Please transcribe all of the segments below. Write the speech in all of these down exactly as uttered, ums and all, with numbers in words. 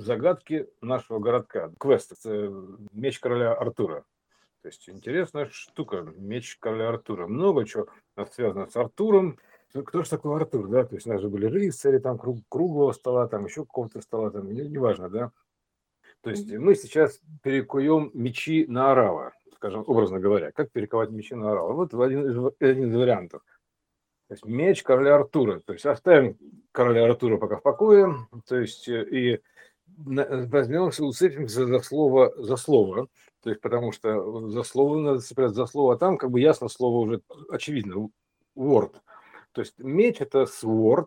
Загадки нашего городка. Квест. Это меч короля Артура. То есть интересная штука. Меч короля Артура. Много чего связано с Артуром. Кто же такой Артур, да? То есть у нас же были рыцари, там круг, круглого стола, там еще какого-то стола, там, не- неважно, да? То есть Мгм. мы сейчас перекуем мечи на орала, скажем, образно говоря. Как перековать мечи на орала? Вот один из, в- один из вариантов. То есть меч короля Артура. То есть оставим короля Артура пока в покое. То есть э, и на- возьмемся, уцепимся за слово, за слово. То есть потому что за слово надо цеплять за слово, а там как бы ясно слово уже очевидно. Word. То есть меч это sword,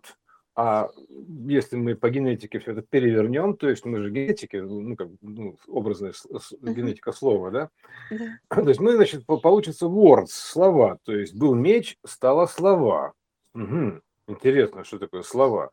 а если мы по генетике все это перевернем, то есть мы же генетики, ну как бы, ну, образная с- с- Мгм. генетика слова, да, Да. то есть мы, значит, по- получится words, слова. То есть был меч, стало слова. Мгм. Интересно, что такое слова.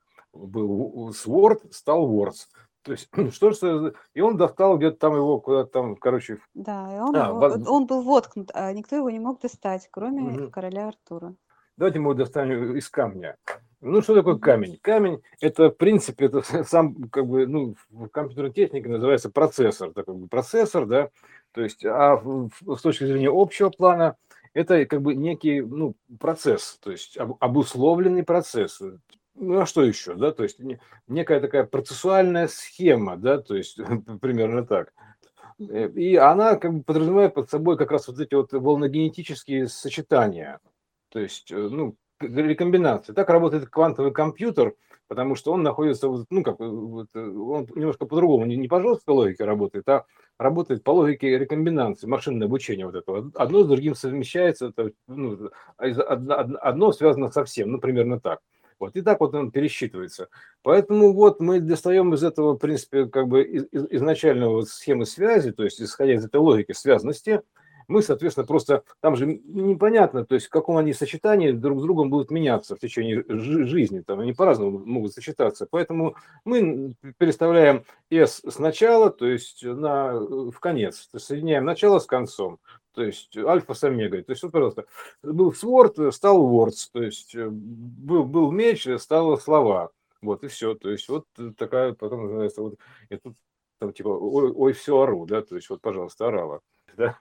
Был sword, стал words. То есть, что же, и он достал где-то там его куда-то там, короче, в- Да, и он а, его, в- он был воткнут, а никто его не мог достать, кроме мгм. короля Артура. Давайте мы его достанем из камня. Ну, что такое Мгм. камень? Камень, это, в принципе, это сам, как бы, ну, в компьютерной технике называется процессор, такой как бы процессор, да, то есть, а в- в- с точки зрения общего плана, это как бы некий, ну, процесс, то есть об- обусловленный процесс. Ну, а что еще, да, то есть не- некая такая процессуальная схема, да, то есть примерно так. Э, И она как бы подразумевает под собой как раз вот эти вот волногенетические сочетания. То есть, э, ну, к- рекомбинации. Так работает квантовый компьютер, потому что он находится, вот, ну, как, э, вот, э, он немножко по-другому, не, не по жесткой логике работает, а работает по логике рекомбинации, машинное обучение вот этого. Одно с другим совмещается, это, ну, а из- одно, одно- одно связано со всем, ну, примерно так. Вот, и так вот он пересчитывается. Поэтому вот мы достаем из этого, в принципе, как бы из, из- изначального вот схемы связи, то есть исходя из этой логики связности, мы, соответственно, просто там же непонятно, то есть в каком они сочетании друг с другом будут меняться в течение жи- жизни, там они по-разному могут сочетаться. Поэтому мы переставляем S сначала, то есть на, в конец, то есть соединяем начало с концом, то есть альфа с омегой. То есть, вот, пожалуйста, был sword, стал words, то есть э, был, был меч, стало слова. Вот и все. То есть вот такая потом называется вот и тут там типа ой, ой, все ору, да, то есть вот, пожалуйста, орала. Да?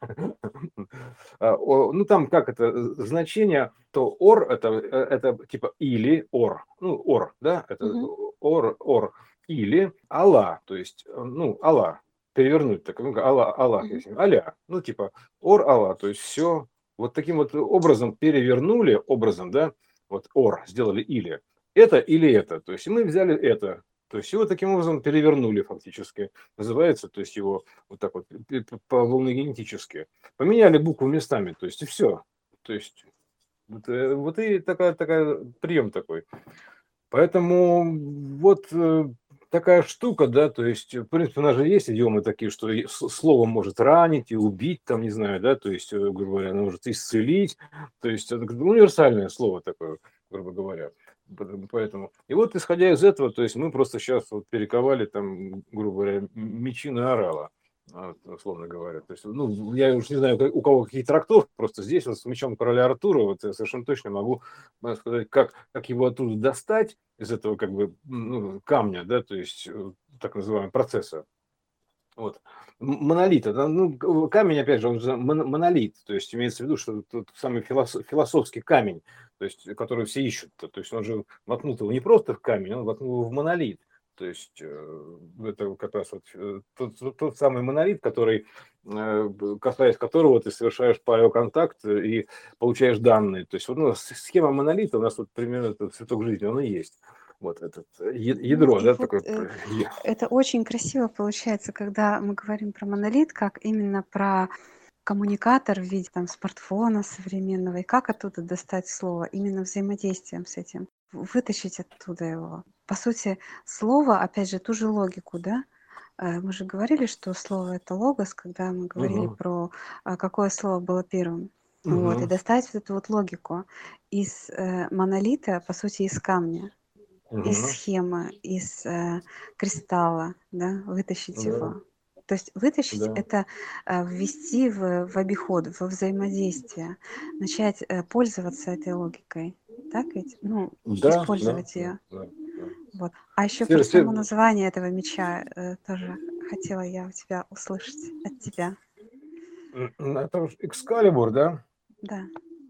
А, о, ну там как это э, значение, то or это, э, это типа или or, ну or, да, это Мгм. or, or, или Алла, то есть, э, ну, Алла, перевернуть так, ну, Алла, Аллах, Мгм. если, Аля, ну, типа, or Алла, то есть все, вот таким вот образом перевернули, образом, да, вот or, сделали или, это или это, то есть мы взяли это, то есть его таким образом перевернули фактически, называется, то есть его вот так вот по волногенетически. Поменяли буквы местами, то есть и все. То есть вот, э, вот и такая, такая прием такой. Поэтому вот э, такая штука, да, то есть, в принципе, у нас же есть идиомы такие, что и с- слово может ранить и убить, там, не знаю, да, то есть, э, грубо говоря, оно может исцелить, то есть, это как бы универсальное слово такое, грубо говоря. П- Поэтому, и вот, исходя из этого, то есть, мы просто сейчас вот перековали там, грубо говоря, м- мечи на орала, а, вот, условно говоря. То есть, ну, я уж не знаю, как- у кого какие трактовки, просто здесь вот с мечом короля Артура, вот я совершенно точно могу э, сказать, как, как его оттуда достать, из этого как бы ну, камня, да, то есть э, так называемого процесса. Вот. М- Монолит, это, ну, к- камень, опять же, он же мон- монолит, то есть имеется в виду, что тот самый филос- философский камень, то есть, который все ищут, то есть он же воткнул его не просто в камень, он воткнул его в монолит. То есть э, это как раз вот э, тот, тот- тот самый монолит, который, э, б- касаясь которого ты совершаешь палеоконтакт и получаешь данные. То есть вот, ну, с- схема монолита у нас вот примерно этот цветок жизни, он и есть. Вот этот э, я- Ну ядро, и да, вот такое. э, е- это очень красиво получается, когда мы говорим про монолит, как именно про коммуникатор в виде там смартфона современного, и как оттуда достать слово, именно взаимодействием с этим, в- вытащить оттуда его. По сути, слово, опять же, ту же логику, да? Э, Мы же говорили, что слово это логос, когда мы говорили Мгм. про а, какое слово было первым. Вот, и Мгм. достать вот эту вот логику из э, монолита, по сути, из камня, из Мгм. схемы, из э, кристалла, да, вытащить Да, его. То есть вытащить да, это э, ввести в, в обиход, во взаимодействие, начать э, пользоваться этой логикой. Так ведь? Ну, да, да, использовать да, ее. да. Вот. А еще про След- само след- название этого меча э, тоже хотела я у тебя услышать от тебя. м, Это уж Экскалибур, да? Да.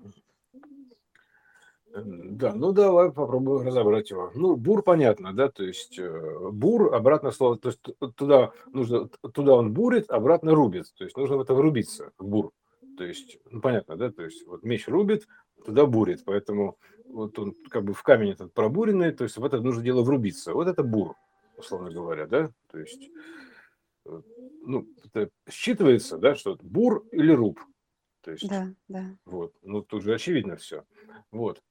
М, Да, ну давай попробуем разобрать его. Ну, бур понятно, да, то есть э, бур, обратно слово, то есть т- туда нужно, т- туда он бурит, обратно рубит, то есть нужно в это врубиться, в бур. То есть, ну понятно, да, то есть вот меч рубит, туда бурит, поэтому вот он как бы в камень этот пробуренный, то есть в это нужно дело врубиться. Вот это бур, условно говоря, да, то есть, э, ну, это считывается, да, что это бур или руб, то есть, Да, да. вот, ну тут же очевидно все. Вот.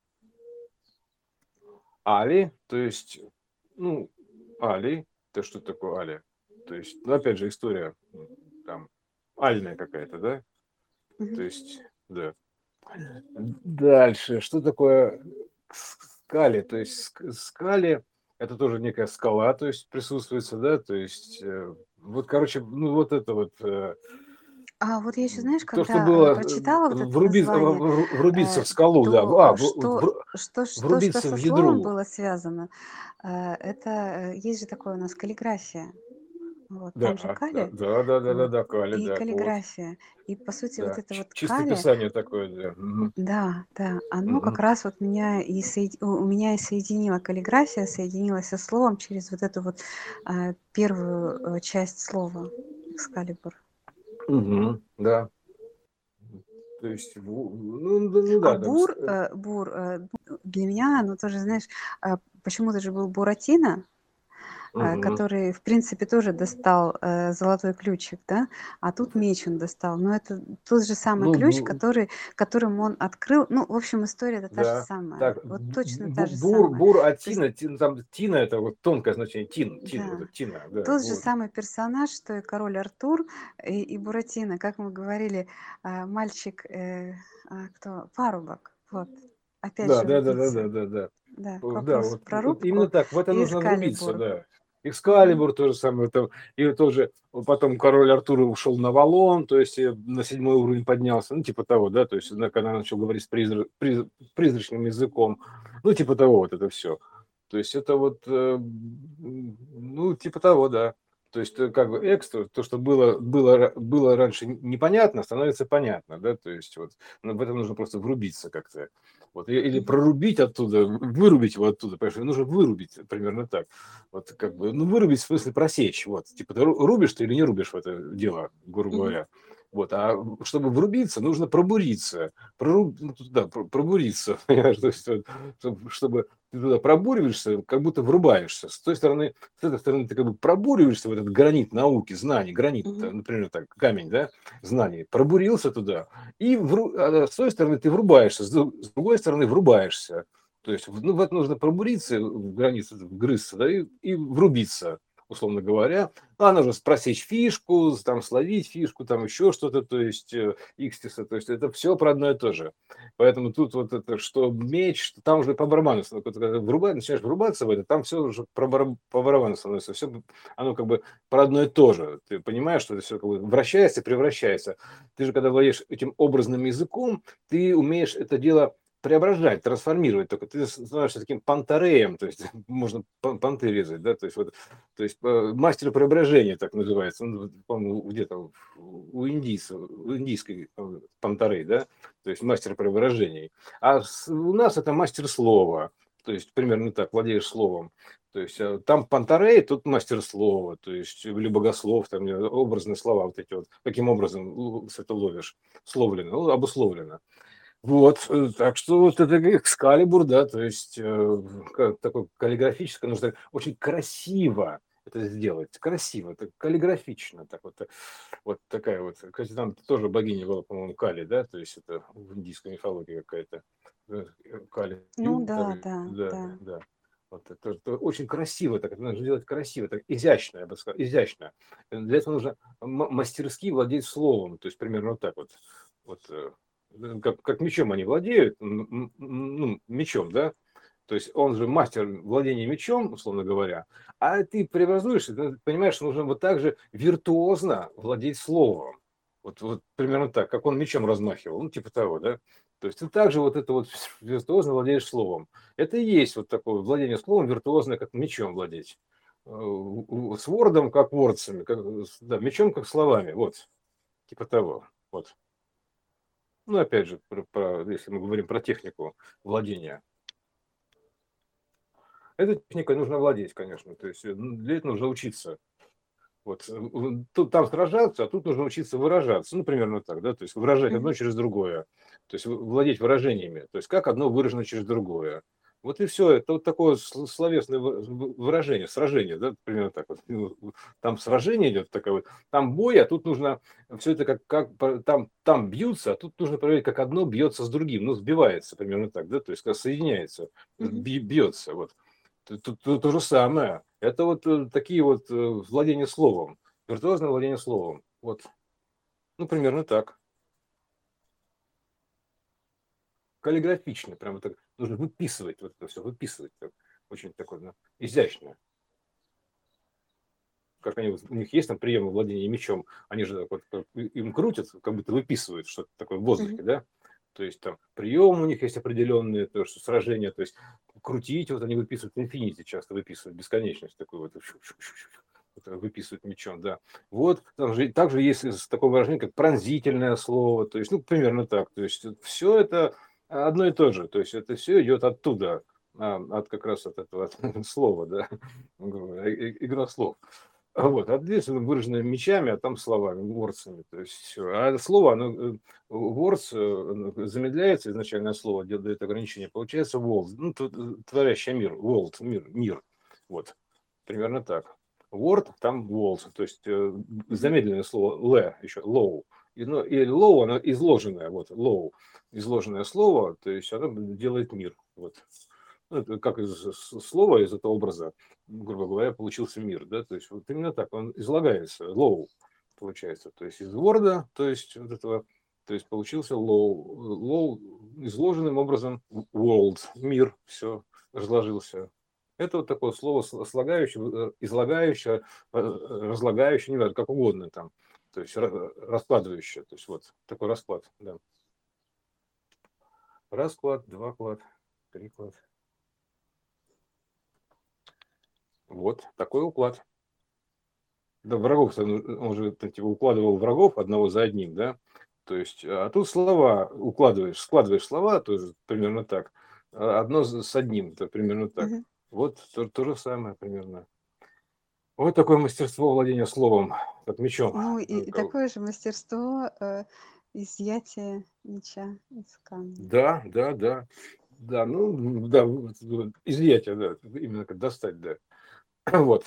Али, то есть, ну, Али, то что такое Али? То есть, ну, опять же, история м, там альная какая-то, да? То Мгм. есть, да. Дальше, что такое скали? То есть, ск- скали, это тоже некая скала, то есть, присутствуется, да? То есть, э, вот, короче, ну, вот это вот, э, А вот я еще, знаешь, то, что когда э, было, э, прочитала вот это вруби- название, в- в- врубиться э, в скалу, да, то а, э, в- что, в- что, что, что врубиться в со словом ядру. было связано, э, это э, есть же такое у нас каллиграфия. Вот, Да, там же да, кали, да, да, да, да, вот, да, Кали, и да, вот. каллиграфия. И, по сути, вот Да, это ч- вот чистое кали, писание такое, да. Мгм, да, да, оно как мгм, раз вот меня и соед- у у меня и соединила каллиграфия, соединилась со словом через вот эту вот э, первую э, часть слова Экскалибур. мгм, да. То есть, в- ну, да, ну А да, там, с- бур, э, э, бур э, ну, для меня, оно тоже, знаешь, э, почему-то же был Буратино, э, мгм. который, в принципе, тоже достал э, золотой ключик, да, а тут меч он достал. Но это тот же самый Ну, ключ, бу- который, которым он открыл. Ну, в общем, история это та же да. самая. Так, Вот бу- точно та бу- же бур, самая. бур, а То есть, тина, тин- там тина это вот тонкое значение, тин, тин, вот да, это тина, да, тот же вот. самый персонаж, что и король Артур и, и Буратино. Как мы говорили, э, мальчик, э, а, кто? Парубок. Вот. Опять Да, же, да, да, да, рубиться. да, да, да. Да, к О, да, вопросу вот, про вот именно рубку так, в это и нужно врубиться, Экскалибур. да. Мгм. Экскалибур тоже самое, там, и тоже потом король Артур ушел на Валон, то есть э, на седьмой уровень поднялся, ну, типа того, да, то есть, на- когда начал говорить с призра- приз- призрачным языком, ну, типа того, вот это все. То есть, это вот, э, м, ну, типа того, да. То есть, э, как бы экстра, то, что было, было, ра- было раньше непонятно, становится понятно, да, то есть, вот, ну, в это нужно просто врубиться как-то. Вот, и- или Мгм. прорубить оттуда, вырубить его оттуда, понимаешь, нужно вырубить, примерно так. Вот как бы, ну, вырубить в смысле просечь, вот, типа, ты ру- рубишь ты или не рубишь в это дело, грубо Мгм. говоря. Вот, а чтобы врубиться, нужно пробуриться, проруб, ну, туда, про- пробуриться, понимаешь, то есть, вот, чтоб- чтобы ты туда пробуриваешься, как будто врубаешься. С той стороны, с этой стороны ты как бы пробуриваешься в этот гранит науки, знаний, гранит, Мгм. например, так, камень, да, знаний, пробурился туда, и вру- а с той стороны ты врубаешься, с друг- с другой стороны врубаешься. То есть, в- ну, в это нужно пробуриться, в границу вгрызться, да, и, и врубиться, условно говоря. Ну, а нужно просечь фишку, там, словить фишку, там, еще что-то, то есть, э, икстиса, то есть, это все про одно и то же. Поэтому тут вот это, что меч, что там уже по барабану, становится. Вот когда врубать, начинаешь врубаться в это, там все уже про бараб- по барабану становится, все, оно как бы про одно и то же. Ты понимаешь, что это все как бы вращается, превращается. Ты же, когда владеешь этим образным языком, ты умеешь это дело преображать, трансформировать, только ты становишься таким пантареем, то есть можно пон- понты резать, да, то есть вот, то есть э, мастер преображения так называется, ну, вот, по-моему, где-то у индийцев, у индийской э, пантарей, да, то есть мастер преображений, а с- у нас это мастер слова, то есть примерно так, владеешь словом, то есть э, там пантарей, тут мастер слова, то есть или богослов, там э, образные слова вот эти вот, каким образом л- с это ловишь, словлено, ну, обусловлено. Вот, э, так что вот это Экскалибур, да, то есть э, как такое каллиграфическое, нужно очень красиво это сделать, красиво, так каллиграфично, так вот, э, вот такая вот, кстати, там тоже богиня была, по-моему, Кали, да, то есть это в индийской мифологии какая-то, э, Кали, Ну Ю, да, который, да, да, да. да, вот это, это очень красиво, так это нужно делать красиво, так изящно, я бы сказал, изящно. Для этого нужно м- мастерски владеть словом, то есть примерно вот так вот, вот э, э, как, как мечом они владеют, м, м, ну, мечом, да, то есть он же мастер владения мечом, условно говоря, а ты преобразуешься, ты понимаешь, что нужно вот так же виртуозно владеть словом. Вот, вот примерно так, как он мечом размахивал, ну, типа того, да. То есть ты также вот это вот виртуозно владеешь словом. Это и есть вот такое владение словом виртуозное, как мечом владеть. Э, у- у- С вордом, как вордцами, как, с- да, мечом, как словами, вот, типа того. Вот. Ну, опять же, про- про- если мы говорим про технику владения. Этой техникой нужно владеть, конечно. То есть э, ну, для этого нужно учиться. Вот. э, в- Тут, там сражаться, а тут нужно учиться выражаться. Ну, примерно так, да, то есть выражать одно Мгм. через другое. То есть в- владеть выражениями. То есть как одно выражено через другое. Вот и все. Это вот такое сл- словесное вы- вы- выражение, сражение, да, примерно так вот. Ну, там сражение идет такое вот, там бой, а тут нужно все это как, как по- там, там бьются, а тут нужно проверить, как одно бьется с другим, ну, сбивается примерно так, да, то есть как соединяется, Мгм. би- бьется, вот. Тут, тут- тут то же самое. Это вот э, такие вот э, владения словом, виртуозное владение словом. Вот, ну, примерно так. Каллиграфично, прямо так. Нужно выписывать вот это все, выписывать. Так. Очень такое, ну, изящно. Как они, вот, у них есть там приемы владения мечом, они же так вот как им крутят, как будто выписывают что-то такое в Мгм. воздухе, да? То есть там приемы у них есть определенные, то, что сражения, то есть крутить, вот они выписывают инфинити, часто выписывают бесконечность такую вот, это выписывают мечом, да. Вот, там же, также есть такое выражение, как пронзительное слово, то есть, ну, примерно так, то есть все это одно и то же, то есть это все идет оттуда, а, от как раз от этого от слова, да, игра слов. А Вот, а здесь оно выражено мечами, а там словами, вордсами. То есть все. А слово, оно, э, вордс, э, оно замедляется, изначальное слово дает дает ограничение, получается world, ну, тв- э, творящий мир, world, мир, мир. Вот, примерно так. Word, там world, то есть э, Мгм. замедленное слово le, еще low. И, ну, и low, оно изложенное, вот, low, изложенное слово, то есть оно делает мир. Вот. Ну, это как из с- слова, из этого образа, грубо говоря, получился мир, да, то есть вот именно так он излагается, low получается, то есть из Word, то есть вот этого, то есть получился low, low изложенным образом world, мир, все, разложился. Это вот такое слово сл- слагающее, э, излагающее, э, разлагающее, не знаю, как угодно там, то есть ра- раскладывающее, то есть вот такой расклад, да. Расклад, два клад, три клад. Вот такой уклад. Да, врагов, он он же т типа укладывал врагов одного за одним, да. То есть, а тут слова укладываешь, складываешь слова тоже примерно так. А, одно з с одним, то примерно так. Мгм. Вот то то же самое примерно. Вот такое мастерство владения словом, как мечом. Ну и, Ну, и кау такое же мастерство э, изъятия меча из камня. Да, да, да. Да, ну да, вот вот изъятие, да, именно как достать, да. Вот.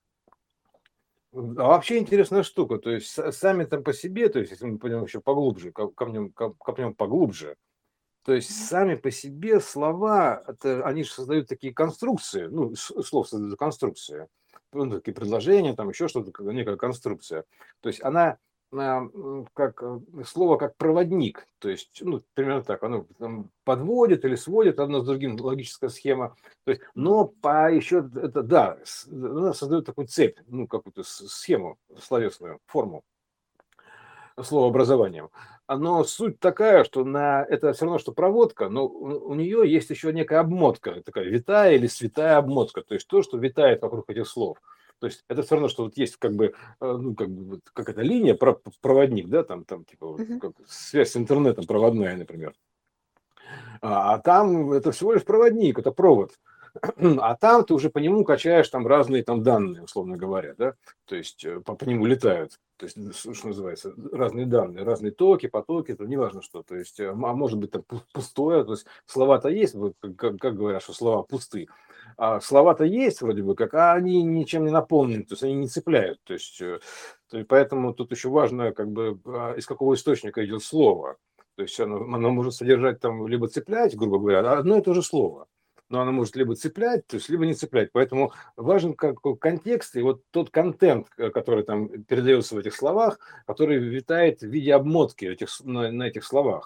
А вообще интересная штука. То есть са сами там по себе, то есть если мы пойдем еще поглубже, ко копнем коп копнем поглубже. То есть Мгм. сами по себе слова, это они же создают такие конструкции, ну, с слов создают конструкции. Ну, такие предложения, там еще что-то, как некая конструкция. То есть она, а, м, как, э, слово как проводник. То есть, ну, примерно так, оно там подводит или сводит одно с другим, логическая схема. То есть, Мгм. но по еще, это да, с она создает такую цепь, ну, какую-то с схему словесную, форму словообразованием. Но суть такая, что на это все равно, что проводка, но у, у нее есть еще некая обмотка, такая витая или святая обмотка, то есть то, что витает вокруг этих слов. То есть это все равно, что вот есть как бы, э, ну, как бы, вот, как эта линия, про- проводник, да, там, там, типа, вот, Мгм. как связь с интернетом проводная, например. А, а там это всего лишь проводник, это провод. А там ты уже по нему качаешь там разные там данные, условно говоря, да, то есть э, по, по нему летают, то есть, что что называется, разные данные, разные токи, потоки, это неважно что, то есть, э, а может быть там пу- пустое, то есть слова-то есть, вот как, как- как говорят, что слова пусты, а слова-то есть вроде бы как, а они ничем не наполнены, то есть они не цепляют, то есть, э, то есть поэтому тут еще важно, как бы, а, из какого источника идет слово, то есть оно, оно может содержать там, либо цеплять, грубо говоря, а одно и то же слово, но она может либо цеплять, то есть либо не цеплять. Поэтому важен какой контекст и вот тот контент, э, который там передается в этих словах, который витает в виде обмотки этих, с- на, на этих словах.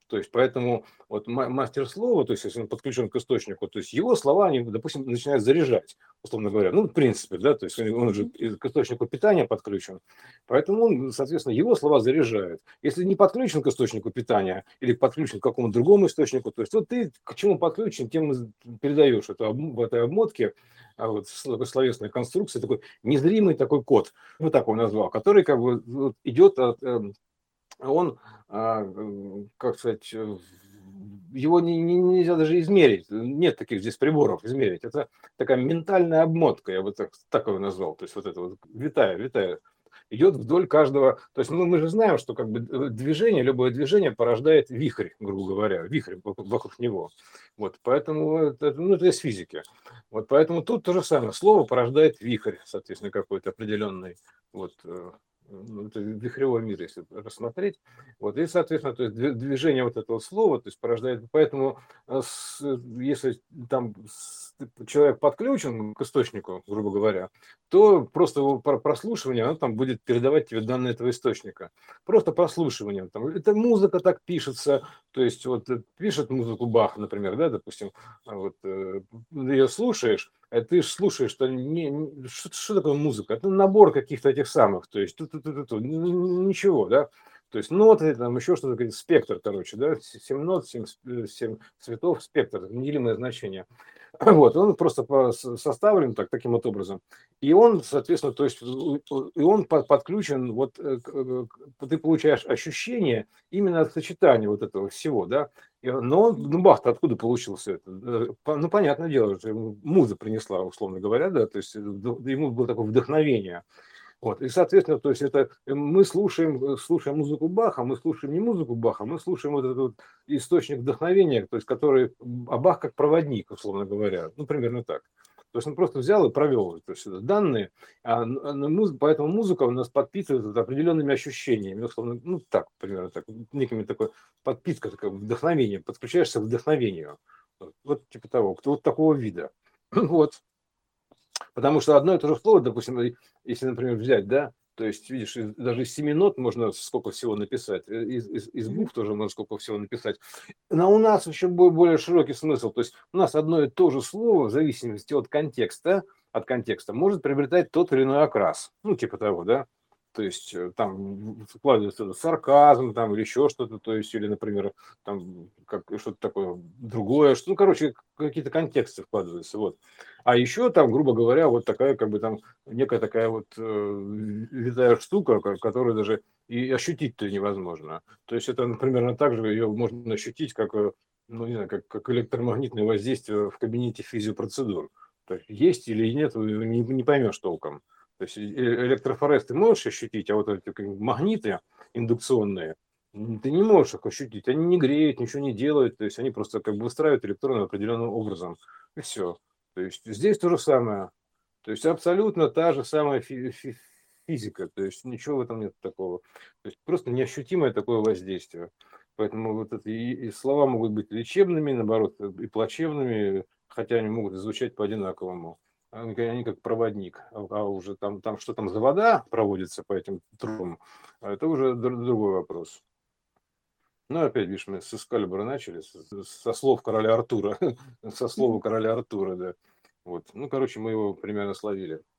То есть, поэтому вот ма- мастер слова, то есть, если он подключен к источнику, то есть его слова, они, допустим, начинают заряжать, условно говоря. Ну, в принципе, да, то есть он он же Мгм. и к источнику питания подключен, поэтому он, соответственно, его слова заряжают. Если не подключен к источнику питания или подключен к какому-то другому источнику, то есть вот ты к чему подключен, тем и передаешь это об- в этой обмотке, а вот с- такой словесной конструкции, такой незримый такой код, вот так он назвал, который как бы вот идет от, эм, он, а, м, как сказать, э, его не- не- нельзя даже измерить. Нет таких здесь приборов измерить. Это такая ментальная обмотка, я бы так, так его назвал. То есть вот это вот витая, витая, идет вдоль каждого. То есть ну, мы же знаем, что как бы э, движение, любое движение порождает вихрь, грубо говоря, вихрь вокруг, вокруг него. Вот, поэтому это, ну, это из физики. Вот, поэтому тут то же самое. Слово порождает вихрь, соответственно, какой-то определенный. Вот, э, ну, это вихревой мир, если рассмотреть. Вот, и, соответственно, то есть две- движение вот этого слова, то есть порождает, поэтому э, с- если там с- человек подключен к источнику, грубо говоря, то просто его про- прослушивание, оно там будет передавать тебе данные этого источника. Просто прослушивание. Там, это музыка так пишется, то есть вот э, пишет музыку Бах, например, да, допустим, а вот э, ее слушаешь, а ты ж слушаешь, что, не, не- что, что такое музыка? Это набор каких-то этих самых, то есть ту-ту-ту-ту, ничего, да, то есть ноты, там еще что-то, какой-то спектр, короче, да, семь нот, семь, семь цветов, спектр, неделимое значение. Вот, он просто по- с- составлен так, таким вот образом. И он, соответственно, то есть, у- у- и он под- подключен, вот э, к- э, к- ты получаешь ощущение именно от сочетания вот этого всего, да. И он- Но он, ну, Бах-то откуда получился это? Э, по- Ну, понятное дело, что ему муза принесла, условно говоря, да, то есть э, вд- ему было такое вдохновение. Вот. И, соответственно, то есть это э, мы слушаем, э, слушаем музыку Баха, мы слушаем не музыку Баха, мы слушаем вот этот вот источник вдохновения, то есть который, м, а Бах как проводник, условно говоря, ну, примерно так. То есть он просто взял и провел то есть, это данные, а, н- а, на муз- поэтому музыка у нас подпитывает вот определенными ощущениями, условно, ну так, примерно так, некими такой подпитка, такое вдохновение, подключаешься к вдохновению. Вот, вот типа того, кто вот такого вида. Вот. Потому что одно и то же слово, допустим, и если, например, взять, да, то есть, видишь, из- даже из семи нот можно сколько всего написать, э, из, из, из Мгм. букв тоже можно сколько всего написать. Но у нас еще бо- более широкий смысл. То есть у нас одно и то же слово в зависимости от контекста, от контекста может приобретать тот или иной окрас. Ну, типа того, да. То есть э, там вкладывается сарказм там, или еще что-то, то есть, или, например, там как, что-то такое другое, что, ну, короче, какие-то контексты вкладываются. Вот. А еще там, грубо говоря, вот такая, как бы там, некая такая вот э, витая штука, ко- которую даже и ощутить-то невозможно. То есть это, ну, примерно так же ее можно ощутить, как, э, ну, не знаю, как, как электромагнитное воздействие в кабинете физиопроцедур. То есть есть или нет, вы не, не поймешь толком. То есть э- электрофорез ты можешь ощутить, а вот эти как бы магниты индукционные, м, ты не можешь их ощутить. Они не греют, ничего не делают. То есть они просто как бы выстраивают электроны определенным образом. И все. То есть здесь то же самое. То есть абсолютно та же самая фи- фи- физика. То есть ничего в этом нет такого. То есть просто неощутимое такое воздействие. Поэтому вот это и, и слова могут быть лечебными, наоборот, и плачевными, хотя они могут звучать по-одинаковому. Они, они как проводник. А, а уже там, там что там за вода проводится по этим трубам, а это уже др- другой вопрос. Ну, опять, видишь, мы с Эскалибура начали, с- со слов короля Артура, со слова Мгм. короля Артура, да. Вот. Ну, короче, мы его примерно словили.